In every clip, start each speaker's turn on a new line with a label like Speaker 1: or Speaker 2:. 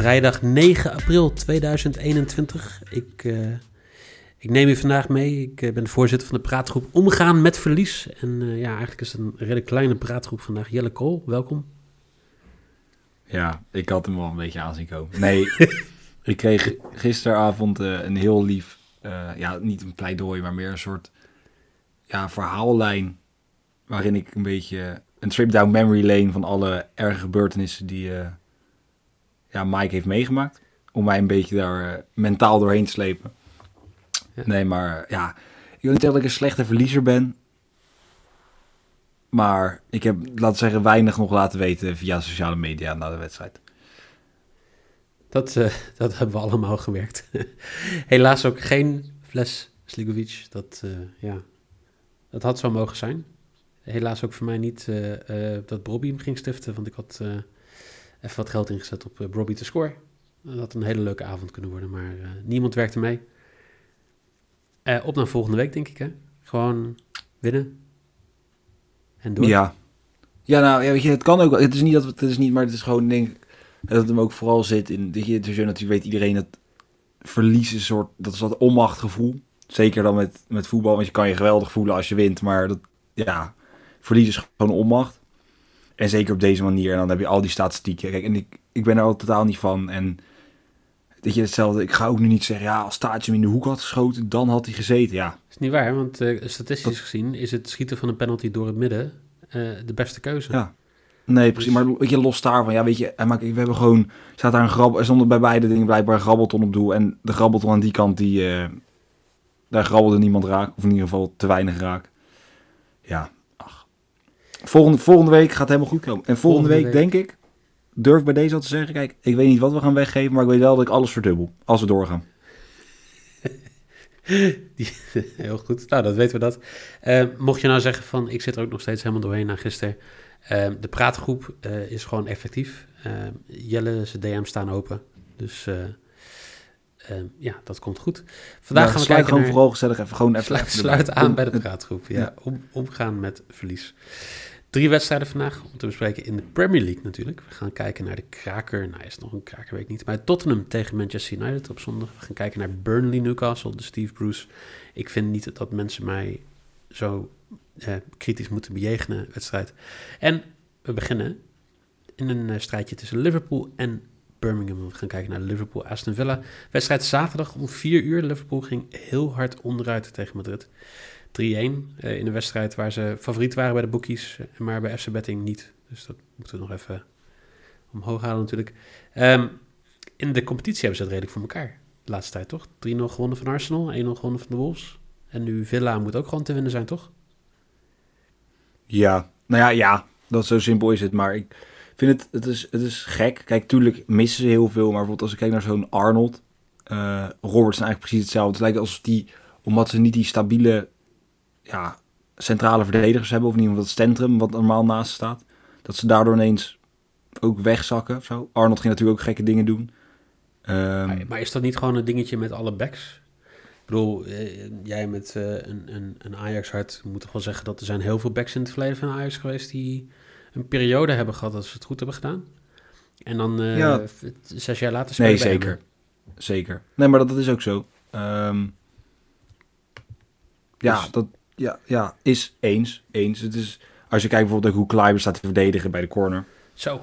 Speaker 1: vrijdag 9 april 2021. Ik neem u vandaag mee. Ik ben de voorzitter van de praatgroep Omgaan met Verlies. En eigenlijk is het een redelijk kleine praatgroep vandaag. Jelle Kool, welkom.
Speaker 2: Ja, ik had hem wel een beetje aanzien komen. Nee, ik kreeg gisteravond een heel lief, niet een pleidooi, maar meer een soort verhaallijn. Waarin ik een beetje een trip down memory lane van alle erge gebeurtenissen die Mike heeft meegemaakt. Om mij een beetje daar mentaal doorheen te slepen. Ja. Nee, maar ik wil niet zeggen dat ik een slechte verliezer ben. Maar ik heb, laten we zeggen, weinig nog laten weten via sociale media na de wedstrijd.
Speaker 1: Dat hebben we allemaal gemerkt. Helaas ook geen fles Sligovic. Dat had zo mogen zijn. Helaas ook voor mij niet dat Brobby hem ging stiften. Want ik had even wat geld ingezet op Brobby te scoren. Dat had een hele leuke avond kunnen worden. Maar niemand werkte mee. Op naar volgende week, denk ik. Hè? Gewoon winnen. En door.
Speaker 2: Ja, weet je, het kan ook. Het is niet, maar het is gewoon, denk ik, dat het hem ook vooral zit in. Dus natuurlijk weet iedereen dat verlies is dat is dat onmachtgevoel. Zeker dan met voetbal, want je kan je geweldig voelen als je wint, maar verlies is gewoon onmacht. En zeker op deze manier. En dan heb je al die statistieken. Kijk, en ik ben er al totaal niet van. En dat je hetzelfde. Ik ga ook nu niet zeggen, als Tadic hem in de hoek had geschoten, dan had hij gezeten. Ja.
Speaker 1: Dat is niet waar, want statistisch gezien is het schieten van een penalty door het midden de beste keuze.
Speaker 2: Ja. Nee, precies. Maar weet je, los daarvan, we hebben gewoon, staat daar er stond bij beide dingen blijkbaar een grabbelton op doel. En de grabbelton aan die kant, daar grabbelde niemand raak. Of in ieder geval te weinig raak. Ja, ach. Volgende week gaat het helemaal goed komen. En volgende week, denk ik, durf bij deze al te zeggen, kijk, ik weet niet wat we gaan weggeven, maar ik weet wel dat ik alles verdubbel, als we doorgaan.
Speaker 1: Heel goed, nou dat weten we dat. Mocht je nou zeggen van, ik zit er ook nog steeds helemaal doorheen na gisteren. De praatgroep is gewoon effectief. Jelle, zijn DM staan open. Dus dat komt goed. Vandaag gaan we kijken
Speaker 2: gewoon vooral gezellig even
Speaker 1: sluit aan bij de praatgroep. Omgaan met verlies. 3 wedstrijden vandaag om te bespreken in de Premier League natuurlijk. We gaan kijken naar de kraker. Nou, is nog een krakerweek niet. Maar Tottenham tegen Manchester United op zondag. We gaan kijken naar Burnley Newcastle, de Steve Bruce. Ik vind niet dat mensen mij zo kritisch moeten bejegenen, wedstrijd. En we beginnen in een strijdje tussen Liverpool en Birmingham. We gaan kijken naar Liverpool Aston Villa. Wedstrijd zaterdag om 4 uur. Liverpool ging heel hard onderuit tegen Madrid. 3-1 in een wedstrijd waar ze favoriet waren bij de bookies, maar bij FC Betting niet. Dus dat moeten we nog even omhoog halen natuurlijk. In de competitie hebben ze het redelijk voor elkaar. De laatste tijd toch? 3-0 gewonnen van Arsenal, 1-0 gewonnen van de Wolves. En nu Villa moet ook gewoon te winnen zijn, toch?
Speaker 2: Ja, dat zo simpel is het. Maar ik vind het is gek. Kijk, tuurlijk missen ze heel veel. Maar bijvoorbeeld als ik kijk naar zo'n Arnold, Robertson eigenlijk precies hetzelfde. Het lijkt alsof omdat ze niet die stabiele centrale verdedigers hebben, of in ieder geval dat centrum wat normaal naast staat, dat ze daardoor ineens ook wegzakken of zo. Arnold ging natuurlijk ook gekke dingen doen.
Speaker 1: Maar is dat niet gewoon een dingetje met alle backs? Ik bedoel, jij met een Ajax-hart moet toch wel zeggen dat er zijn heel veel backs in het verleden van Ajax geweest die een periode hebben gehad dat ze het goed hebben gedaan. En dan 6 jaar later spelen.
Speaker 2: Nee, zeker. Nee, maar dat is ook zo. Is eens. Het is, als je kijkt bijvoorbeeld hoe Kleiber staat te verdedigen bij de corner.
Speaker 1: Zo.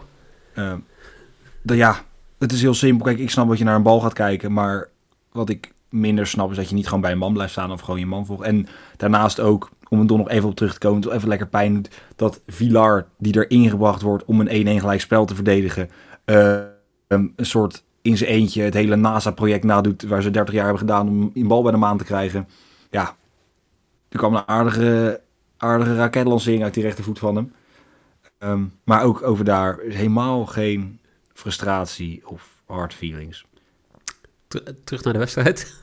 Speaker 2: Het is heel simpel. Kijk, ik snap dat je naar een bal gaat kijken, maar wat ik minder snap is dat je niet gewoon bij een man blijft staan of gewoon je man volgt. En daarnaast ook, om er toch nog even op terug te komen, toch even lekker pijn doet, dat Villar, die er ingebracht wordt om een 1-1 gelijk spel te verdedigen, een soort in zijn eentje het hele NASA-project nadoet, waar ze 30 jaar hebben gedaan om een bal bij de maan te krijgen. Ja, er kwam een aardige raketlancering uit die rechtervoet van hem. Maar ook over daar is helemaal geen frustratie of hard feelings.
Speaker 1: Terug naar de wedstrijd.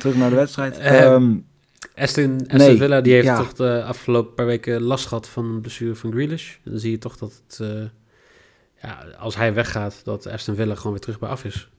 Speaker 1: Aston Villa die heeft toch de afgelopen paar weken last gehad van een blessure van Grealish. En dan zie je toch dat het, als hij weggaat, dat Aston Villa gewoon weer terug bij af is.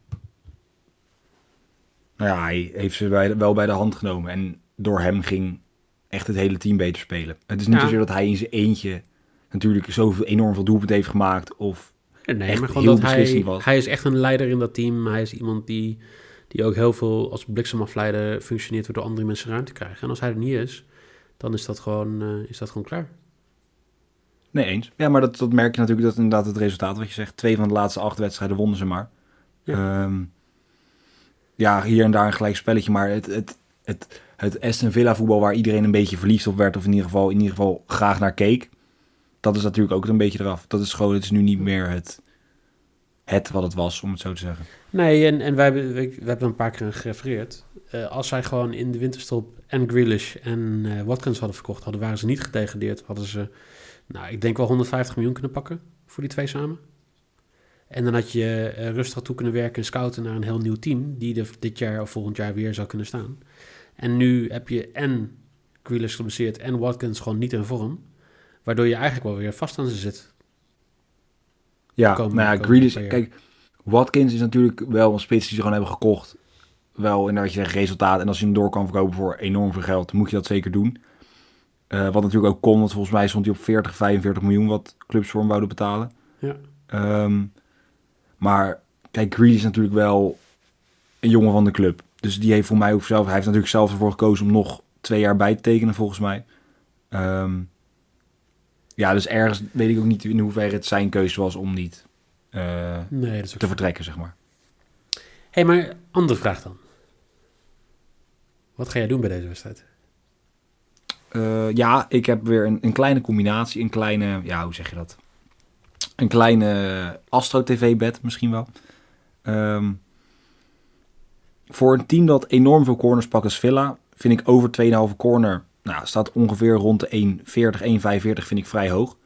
Speaker 2: Nou ja, hij heeft ze wel bij de hand genomen. En door hem ging echt het hele team beter spelen. Het is niet zozeer dat hij in zijn eentje natuurlijk zoveel enorm veel doelpunten heeft gemaakt of
Speaker 1: Nee,
Speaker 2: echt
Speaker 1: maar gewoon
Speaker 2: heel
Speaker 1: dat
Speaker 2: beslissend was.
Speaker 1: hij is echt een leider in dat team. Hij is iemand die ook heel veel als bliksemafleider functioneert, waardoor andere mensen ruimte krijgen. En als hij er niet is, dan is dat gewoon klaar.
Speaker 2: Nee, eens. Ja, maar dat merk je natuurlijk, dat inderdaad het resultaat wat je zegt. 2 van de laatste 8 wedstrijden wonnen ze maar.
Speaker 1: Ja.
Speaker 2: Ja, hier en daar een gelijk spelletje, maar het Aston Villa voetbal waar iedereen een beetje verliefd op werd, of in ieder geval graag naar keek, dat is natuurlijk ook een beetje eraf. Dat is gewoon, het is nu niet meer het wat het was, om het zo te zeggen.
Speaker 1: Nee, en we hebben een paar keer gerefereerd. Als zij gewoon in de winterstop en Grealish en Watkins hadden verkocht hadden, waren ze niet gedegradeerd. Hadden ze, nou, ik denk wel 150 miljoen kunnen pakken voor die twee samen. En dan had je rustig toe kunnen werken en scouten naar een heel nieuw team, die er dit jaar of volgend jaar weer zou kunnen staan. En nu heb je en Grealish geblesseerd en Watkins gewoon niet in vorm, waardoor je eigenlijk wel weer vast aan ze zit.
Speaker 2: Ja, Grealish,
Speaker 1: paar jaar.
Speaker 2: kijk, Watkins is natuurlijk wel een spits die ze gewoon hebben gekocht. Wel inderdaad, je zegt resultaat. En als je hem door kan verkopen voor enorm veel geld, moet je dat zeker doen. Wat natuurlijk ook kon, want volgens mij stond hij op 40, 45 miljoen wat clubs voor hem wouden betalen.
Speaker 1: Ja.
Speaker 2: Maar kijk, Grealish is natuurlijk wel een jongen van de club. Dus die heeft voor mij ook zelf, hij heeft natuurlijk zelf ervoor gekozen om nog 2 jaar bij te tekenen, volgens mij. Ja, dus ergens weet ik ook niet in hoeverre het zijn keuze was om niet
Speaker 1: Nee, dat is ook
Speaker 2: te vertrekken, zeg maar.
Speaker 1: Hé, maar andere vraag dan. Wat ga jij doen bij deze wedstrijd?
Speaker 2: Ja, ik heb weer een kleine combinatie, een kleine, ja, hoe zeg je dat? Een kleine Astro-TV-bed misschien wel. Voor een team dat enorm veel corners pakt als Villa, vind ik over 2,5 corner, nou, staat ongeveer rond de 1,40, 1,45 vind ik vrij hoog.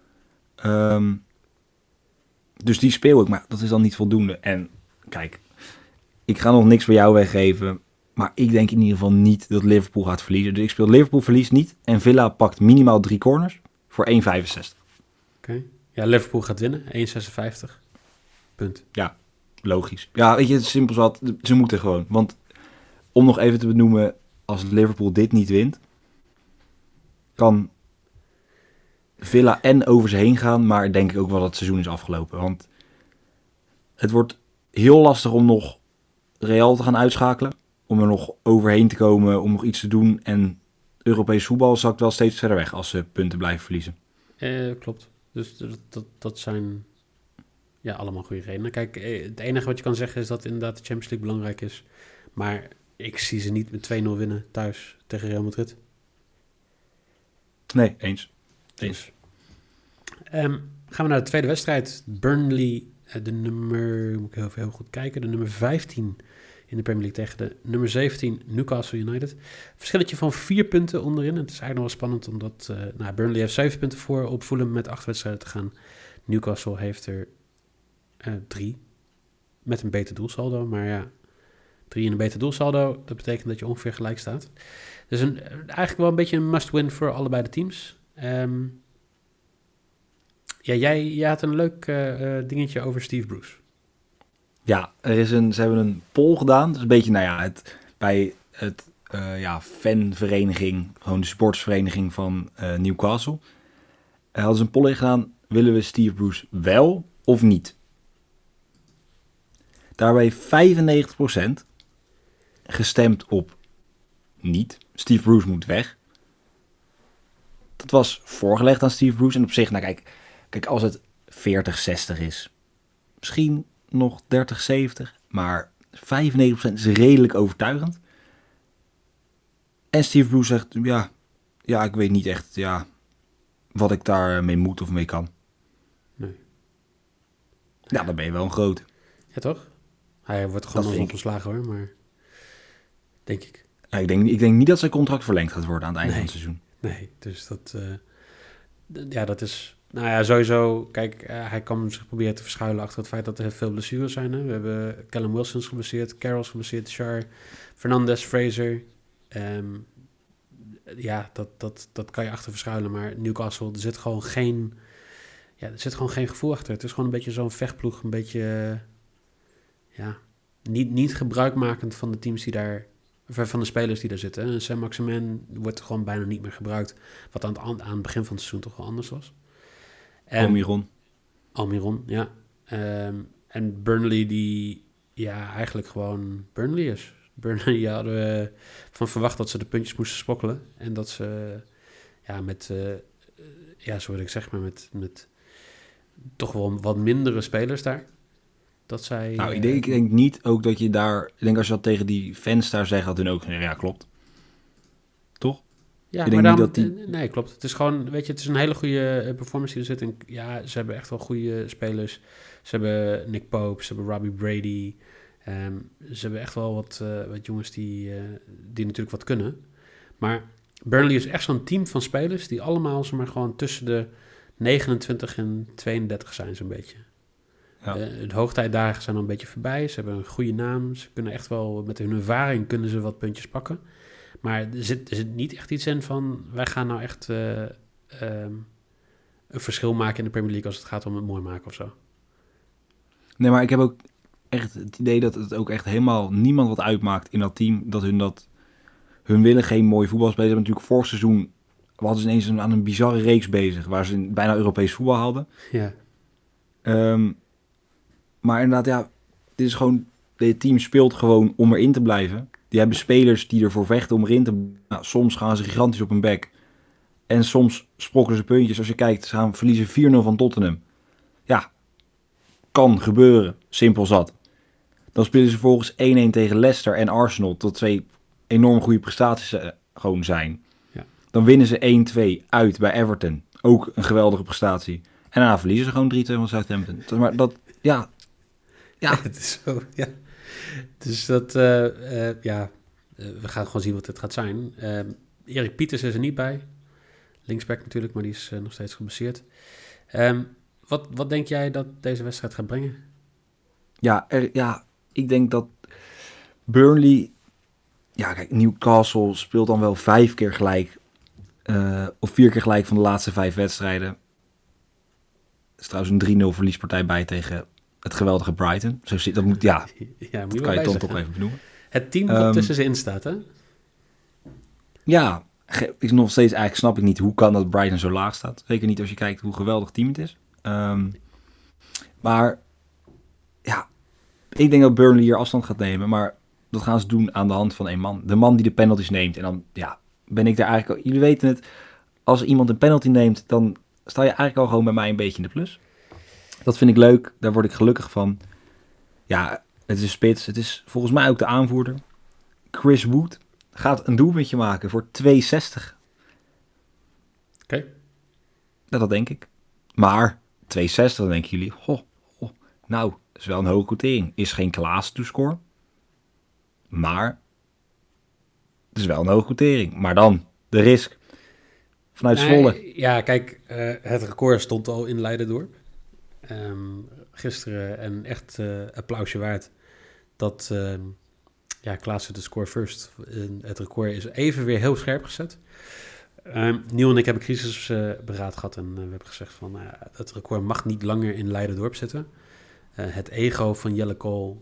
Speaker 2: Dus die speel ik, maar dat is dan niet voldoende. En kijk, ik ga nog niks voor jou weggeven, maar ik denk in ieder geval niet dat Liverpool gaat verliezen. Dus ik speel Liverpool verliest niet en Villa pakt minimaal 3 corners voor 1,65.
Speaker 1: Oké. Ja, Liverpool gaat winnen, 1,56. Punt.
Speaker 2: Ja, logisch. Ja, weet je, het is simpel zat, ze moeten gewoon. Want om nog even te benoemen, als Liverpool dit niet wint, kan Villa en over ze heen gaan, maar denk ik ook wel dat het seizoen is afgelopen. Want het wordt heel lastig om nog Real te gaan uitschakelen, om er nog overheen te komen, om nog iets te doen. En Europees voetbal zakt wel steeds verder weg als ze punten blijven verliezen.
Speaker 1: Klopt. Dus dat zijn allemaal goede redenen. Kijk, het enige wat je kan zeggen is dat inderdaad de Champions League belangrijk is. Maar ik zie ze niet met 2-0 winnen thuis tegen Real Madrid.
Speaker 2: Nee, eens.
Speaker 1: Dus. Gaan we naar de tweede wedstrijd. Burnley, de nummer, moet ik heel goed kijken, de nummer 15 in de Premier League tegen de nummer 17 Newcastle United. Verschilletje van 4 punten onderin. Het is eigenlijk nog wel spannend, omdat Burnley heeft 7 punten voor op Fulham met 8 wedstrijden te gaan. Newcastle heeft er 3 met een beter doelsaldo. Maar ja, 3 in een beter doelsaldo, dat betekent dat je ongeveer gelijk staat. Dus eigenlijk wel een beetje een must-win voor allebei de teams. Jij had een leuk dingetje over Steve Bruce.
Speaker 2: Ja, ze hebben een poll gedaan. Dat is een beetje, bij het fanvereniging, gewoon de sportsvereniging van Newcastle. Hadden ze een poll gedaan, willen we Steve Bruce wel of niet? Daarbij 95% gestemd op niet. Steve Bruce moet weg. Dat was voorgelegd aan Steve Bruce. En op zich, kijk, als het 40-60 is, misschien nog 30-70, maar 95% is redelijk overtuigend. En Steve Bruce zegt, ja, ik weet niet echt, wat ik daarmee moet of mee kan.
Speaker 1: Nee.
Speaker 2: Ja, dan ben je wel een grote.
Speaker 1: Ja, toch? Hij wordt gewoon nog ontslagen hoor, maar denk ik.
Speaker 2: Ja, ik denk niet dat zijn contract verlengd gaat worden aan het einde van het seizoen.
Speaker 1: Nee, dus dat is... Nou ja, sowieso, kijk, hij kan zich proberen te verschuilen achter het feit dat er heel veel blessures zijn. Hè? We hebben Callum Wilson geblesseerd, Carroll's geblesseerd, Schär, Fernandes, Fraser. Dat kan je achter verschuilen, maar Newcastle, er zit gewoon geen gevoel achter. Het is gewoon een beetje zo'n vechtploeg, een beetje, niet gebruikmakend van de teams die daar, van de spelers die daar zitten. Saint-Maximin wordt gewoon bijna niet meer gebruikt, wat aan het begin van het seizoen toch wel anders was.
Speaker 2: Almiron,
Speaker 1: ja. En Burnley die eigenlijk gewoon Burnley is. Burnley hadden we van verwacht dat ze de puntjes moesten sprokkelen. En dat ze zo wil ik zeggen, maar met toch wel wat mindere spelers daar. Dat zij...
Speaker 2: Nou, ik denk niet ook dat je daar... Ik denk als je dat tegen die fans daar zegt, dat hun ook... Ja, klopt. Toch?
Speaker 1: Ja,
Speaker 2: ik
Speaker 1: maar
Speaker 2: denk
Speaker 1: dan,
Speaker 2: niet dat die...
Speaker 1: Nee, klopt. Het is gewoon, weet je, het is een hele goede performance die er zit. En ja, ze hebben echt wel goede spelers. Ze hebben Nick Pope, ze hebben Robbie Brady. Ze hebben echt wel wat jongens die natuurlijk wat kunnen. Maar Burnley is echt zo'n team van spelers die allemaal zomaar gewoon tussen de 29 en 32 zijn, zo'n beetje.
Speaker 2: Ja.
Speaker 1: De hoogtijdagen zijn al een beetje voorbij. Ze hebben een goede naam. Ze kunnen echt wel, met hun ervaring kunnen ze wat puntjes pakken. Maar er zit niet echt iets in van... wij gaan nou echt een verschil maken in de Premier League... als het gaat om het mooi maken of zo.
Speaker 2: Nee, maar ik heb ook echt het idee dat het ook echt helemaal niemand wat uitmaakt in dat team. Hun willen geen mooi voetbal spelen. Ze hebben natuurlijk vorig seizoen... we hadden ze ineens aan een bizarre reeks bezig... waar ze bijna Europees voetbal hadden.
Speaker 1: Ja.
Speaker 2: Maar inderdaad, ja... dit is gewoon... dit team speelt gewoon om erin te blijven... Die hebben spelers die ervoor vechten om erin te... Nou, soms gaan ze gigantisch op hun bek. En soms sprokkelen ze puntjes. Als je kijkt, ze gaan verliezen 4-0 van Tottenham. Ja, kan gebeuren. Simpel zat. Dan spelen ze volgens 1-1 tegen Leicester en Arsenal. Dat 2 enorm goede prestaties gewoon zijn.
Speaker 1: Ja.
Speaker 2: Dan winnen ze 1-2 uit bij Everton. Ook een geweldige prestatie. En daarna verliezen ze gewoon 3-2 van Southampton. Maar dat, ja...
Speaker 1: Het is zo, ja. Dus dat, we gaan gewoon zien wat dit gaat zijn. Erik Pieters is er niet bij. Linksback natuurlijk, maar die is nog steeds geblesseerd. Wat denk jij dat deze wedstrijd gaat brengen?
Speaker 2: Ik denk dat Burnley... Ja, kijk, Newcastle speelt dan wel 5 keer gelijk. Of 4 keer gelijk van de laatste 5 wedstrijden. Er is trouwens een 3-0 verliespartij bij tegen... het geweldige Brighton. Dat moet, dat kan je toch even benoemen.
Speaker 1: Het team dat tussen ze in staat, hè?
Speaker 2: Ja, ik nog steeds eigenlijk snap ik niet hoe kan dat Brighton zo laag staat. Zeker niet als je kijkt hoe geweldig team het is. Maar ja, ik denk dat Burnley hier afstand gaat nemen. Maar dat gaan ze doen aan de hand van 1 man. De man die de penalties neemt. En dan ben ik daar eigenlijk... Jullie weten het, als iemand een penalty neemt, dan sta je eigenlijk al gewoon bij mij een beetje in de plus. Dat vind ik leuk, daar word ik gelukkig van. Ja, het is een spits. Het is volgens mij ook de aanvoerder. Chris Wood gaat een doelpuntje maken voor 2,60.
Speaker 1: Oké.
Speaker 2: Dat denk ik. Maar 2,60, dan denken jullie... nou, dat is wel een hoge quotering. Is geen Klaas to score. Maar het is wel een hoge quotering. Maar dan, de risk. Vanuit Zwolle.
Speaker 1: Ja, kijk, het record stond al in Leiderdorp. Gisteren en echt applausje waard dat Klaassen de score first. Het record is even weer heel scherp gezet. Niel en ik hebben crisisberaad gehad en we hebben gezegd van het record mag niet langer in Leiderdorp zitten. Het ego van Jelle Kool,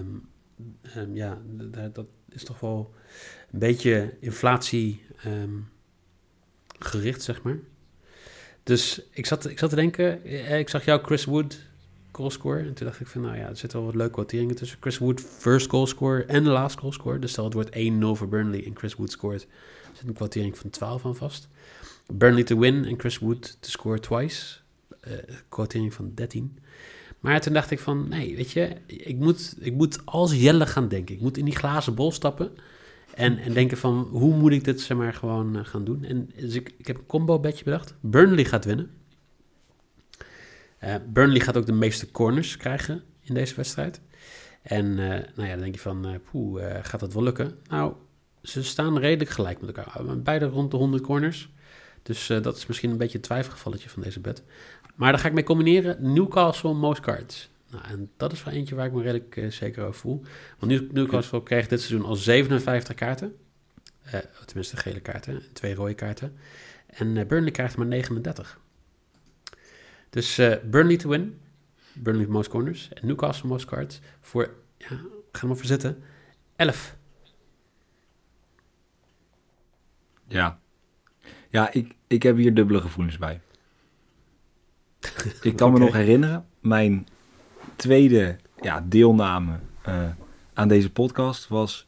Speaker 1: dat is toch wel een beetje inflatie gericht, zeg maar. Dus ik zat te denken, ik zag jou Chris Wood goalscorer. En toen dacht ik van, er zitten wel wat leuke quoteringen tussen. Chris Wood first goalscorer en de last goalscorer. Dus stel het wordt 1-0 voor Burnley en Chris Wood scoort. Er zit een quotering van 12 aan vast. Burnley to win en Chris Wood to score twice. Quotering van 13. Maar toen dacht ik van, nee, weet je, ik moet als Jelle gaan denken. Ik moet in die glazen bol stappen. En denken van, hoe moet ik dit zeg maar gewoon gaan doen? En dus ik heb een combo bedje bedacht. Burnley gaat winnen. Burnley gaat ook de meeste corners krijgen in deze wedstrijd. En dan denk je van, gaat dat wel lukken? Nou, ze staan redelijk gelijk met elkaar. Beide rond de 100 corners. Dus dat is misschien een beetje een twijfelgevalletje van deze bed. Maar daar ga ik mee combineren. Newcastle most cards. Nou, en dat is wel eentje waar ik me redelijk zeker over voel. Want Newcastle kreeg dit seizoen al 57 kaarten. Tenminste gele kaarten. 2 rode kaarten. En Burnley krijgt maar 39. Dus Burnley to win. Burnley most corners. En Newcastle most cards. Voor, ga maar voor zitten. 11.
Speaker 2: Ja, ik heb hier dubbele gevoelens bij. Ik kan me nog herinneren, mijn tweede deelname aan deze podcast was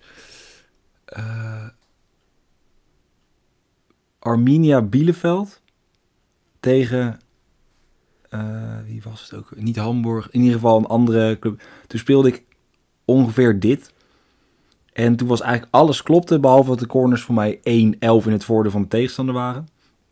Speaker 2: Arminia Bielefeld tegen wie was het ook? Niet Hamburg, in ieder geval een andere club. Toen speelde ik ongeveer dit. En toen was eigenlijk alles klopte, behalve dat de corners voor mij 1-11 in het voordeel van de tegenstander waren.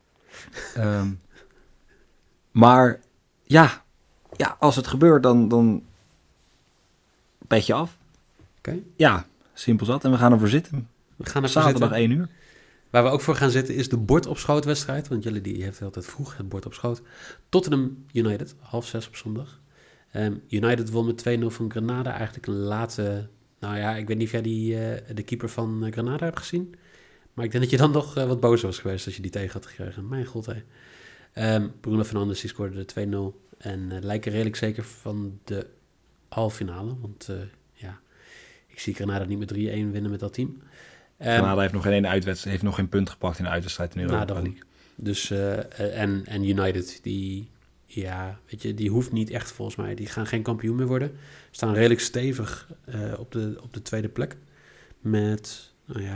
Speaker 2: Maar ja, als het gebeurt, dan pet je af.
Speaker 1: Oké.
Speaker 2: Ja, simpel zat. En we gaan ervoor zitten.
Speaker 1: We gaan ervoor
Speaker 2: Zaterdag
Speaker 1: zitten.
Speaker 2: 1 uur.
Speaker 1: Waar we ook voor gaan zitten is de bord op schoot-wedstrijd. Want jullie die heeft altijd vroeg het bord op schoot. Tottenham United, 5:30 op zondag. United won met 2-0 van Granada. Eigenlijk een late... Nou ja, ik weet niet of jij de keeper van Granada hebt gezien. Maar ik denk dat je dan nog wat boos was geweest als je die tegen had gekregen. Mijn god, hé. Bruno Fernandes die scoorde de 2-0. En lijken redelijk zeker van de halve finale. Want ik zie Granada niet met 3-1 winnen met dat team.
Speaker 2: Granada heeft nog geen ene uitwedstrijd, heeft nog geen punt gepakt in de uitwedstrijd in Europa League.
Speaker 1: Dus en United die die hoeft niet echt volgens mij. Die gaan geen kampioen meer worden. Staan redelijk stevig op de tweede plek met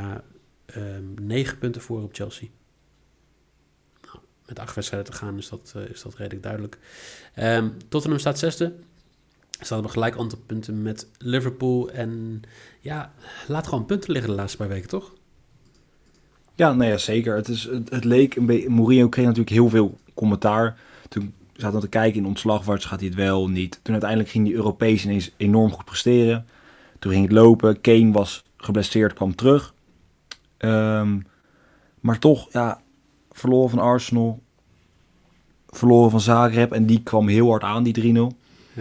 Speaker 1: 9 punten voor op Chelsea. Nou, met 8 wedstrijden te gaan is dat redelijk duidelijk. Tottenham staat 6e. Staat op gelijk aantal punten met Liverpool. En laat gewoon punten liggen de laatste paar weken, toch?
Speaker 2: Ja, nou ja, zeker. Het leek een beetje... Mourinho kreeg natuurlijk heel veel commentaar. Toen zaten we te kijken in ontslagwaarts, gaat hij het wel, niet. Toen uiteindelijk ging die Europees ineens enorm goed presteren. Toen ging het lopen. Kane was geblesseerd, kwam terug. Maar toch, verloren van Arsenal. Verloren van Zagreb. En die kwam heel hard aan, die 3-0.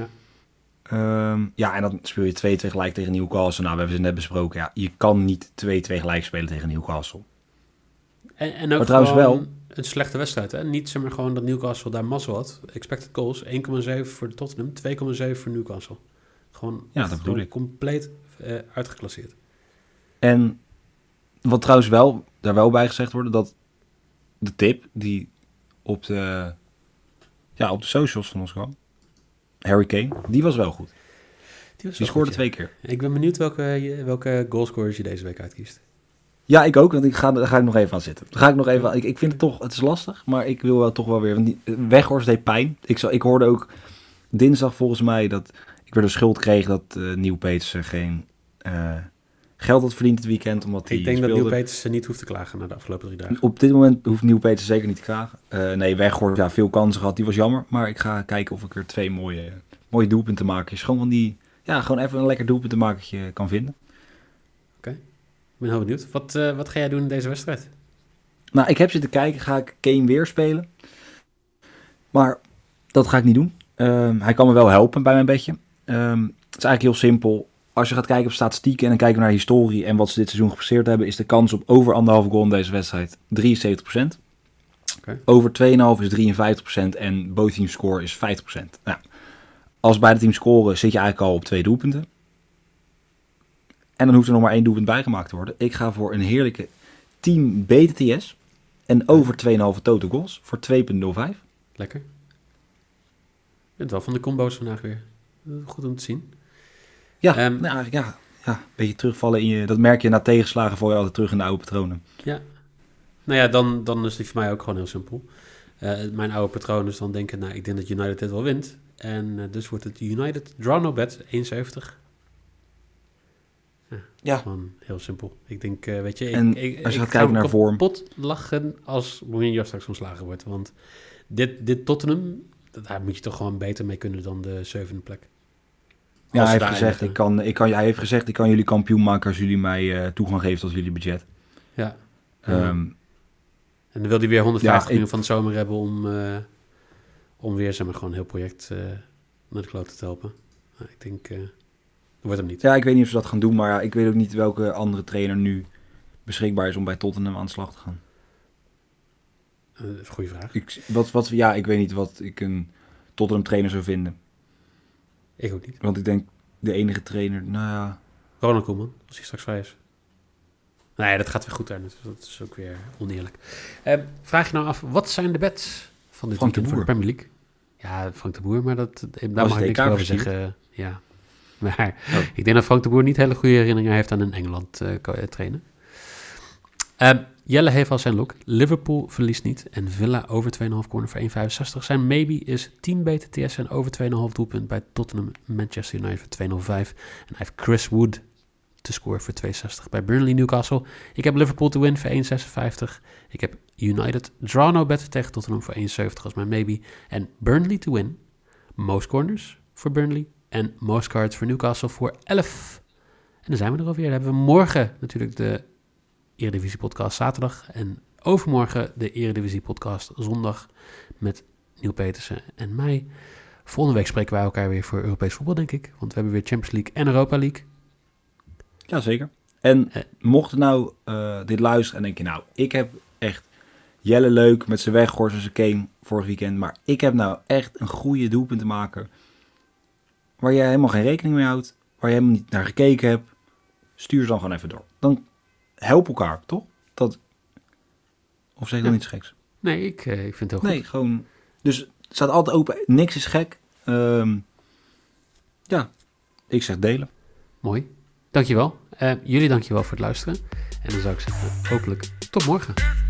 Speaker 2: En dan speel je 2-2 gelijk tegen Newcastle. Nou, we hebben ze net besproken. Ja, je kan niet 2-2 gelijk spelen tegen Newcastle.
Speaker 1: En ook
Speaker 2: trouwens wel
Speaker 1: een slechte wedstrijd. Hè? Niet zeg maar gewoon dat Newcastle daar mazzel had. Expected goals 1,7 voor de Tottenham, 2,7 voor Newcastle. Gewoon,
Speaker 2: dat bedoel ik.
Speaker 1: Compleet uitgeklasseerd.
Speaker 2: En wat trouwens daar wel bij gezegd wordt, dat de tip die op de socials van ons kwam, Harry Kane, die was wel goed. Die scoorde 2 keer.
Speaker 1: Ik ben benieuwd welke goalscorers je deze week uitkiest.
Speaker 2: Ja, ik ook, want daar ga ik nog even aan zitten. Ik vind het toch, het is lastig, maar ik wil wel toch wel weer, want Weghorst deed pijn. Ik hoorde ook dinsdag volgens mij dat ik weer de schuld kreeg dat Neil Petersen geen geld had verdiend het weekend. Omdat
Speaker 1: ik denk dat Neil Petersen niet hoeft te klagen na de afgelopen 3 dagen.
Speaker 2: Op dit moment hoeft Neil Petersen zeker niet te klagen. Nee, Weghorst, veel kansen gehad, die was jammer. Maar ik ga kijken of ik er 2 mooie doelpunten maken. Gewoon van die, gewoon even een lekker doelpuntenmakertje kan vinden.
Speaker 1: Oké. Ik ben heel benieuwd. Wat ga jij doen in deze wedstrijd?
Speaker 2: Nou, ik heb zitten kijken. Ga ik Kane weer spelen? Maar dat ga ik niet doen. Hij kan me wel helpen bij mijn bedje. Het is eigenlijk heel simpel. Als je gaat kijken op statistieken en dan kijken we naar historie en wat ze dit seizoen gepresteerd hebben, is de kans op over 1,5 goal in deze wedstrijd 73%.
Speaker 1: Okay.
Speaker 2: Over 2,5 is 53% en both team score is 50%. Nou, als beide teams scoren zit je eigenlijk al op 2 doelpunten. En dan hoeft er nog maar 1 doelpunt bijgemaakt te worden. Ik ga voor een heerlijke 10 BTTS en over 2,5 total goals voor 2,05.
Speaker 1: Lekker. Je bent wel van de combo's vandaag weer. Goed om te zien.
Speaker 2: Ja, een beetje terugvallen in je... Dat merk je na tegenslagen, val je altijd terug in de oude patronen.
Speaker 1: Ja. Nou ja, dan is die voor mij ook gewoon heel simpel. Mijn oude patroon is dan denken, ik denk dat United dit wel wint. En dus wordt het United draw no bet 1,70. Ja. Gewoon heel simpel. Ik denk, weet je...
Speaker 2: Als je gaat kijken naar vorm...
Speaker 1: Ik ga kapot lachen als Mourinho straks ontslagen wordt. Want dit Tottenham, daar moet je toch gewoon beter mee kunnen dan de 7e plek.
Speaker 2: Ja, hij heeft gezegd, ik kan jullie kampioen maken als jullie mij toegang geven tot jullie budget.
Speaker 1: Ja. En dan wil hij weer 150 miljoen van de zomer hebben om weer zeg maar, gewoon een heel project naar de klote te helpen. Ik denk, dat wordt hem niet.
Speaker 2: Ja, ik weet niet of ze dat gaan doen, maar ik weet ook niet welke andere trainer nu beschikbaar is om bij Tottenham aan de slag te gaan.
Speaker 1: Goeie vraag.
Speaker 2: Ik weet niet wat ik een Tottenham trainer zou vinden.
Speaker 1: Ik ook niet.
Speaker 2: Want ik denk, de enige trainer,
Speaker 1: Ronald Koeman, als hij straks vrij is. Nee, dat gaat weer goed daar. Dus dat is ook weer oneerlijk. Vraag je nou af, wat zijn de bets van dit weekend voor de Premier League? Ja, Frank de Boer, maar daar mag ik niks over zeggen. Ja, maar ik denk dat Frank de Boer niet hele goede herinneringen heeft aan een Engeland trainen. Jelle heeft al zijn look. Liverpool verliest niet. En Villa over 2,5 corner voor 1,65. Zijn maybe is 10 BTTS en over 2,5 doelpunt bij Tottenham Manchester United voor 2,05. En hij heeft Chris Wood te scoren voor 2,60 bij Burnley Newcastle. Ik heb Liverpool to win voor 1,56. Ik heb United draw no bet tegen Tottenham voor 1,70 als mijn maybe. En Burnley to win. Most corners voor Burnley. En most cards voor Newcastle voor 11. En dan zijn we er alweer. Dan hebben we morgen natuurlijk de Eredivisie podcast zaterdag. En overmorgen de Eredivisie podcast zondag met Neil Petersen en mij. Volgende week spreken wij elkaar weer voor Europees voetbal, denk ik. Want we hebben weer Champions League en Europa League.
Speaker 2: Jazeker. En mocht je nou dit luisteren en denk je, nou, ik heb echt Jelle leuk met zijn weghorst en zijn game vorig weekend. Maar ik heb nou echt een goede doelpunt te maken waar jij helemaal geen rekening mee houdt. Waar je helemaal niet naar gekeken hebt. Stuur ze dan gewoon even door. Dan help elkaar, toch? Of zeg ik dan iets geks?
Speaker 1: Nee, ik vind het heel goed.
Speaker 2: Nee, gewoon. Dus het staat altijd open. Niks is gek. Ja, ik zeg delen.
Speaker 1: Mooi. Dankjewel. Jullie dankjewel voor het luisteren. En dan zou ik zeggen, hopelijk tot morgen.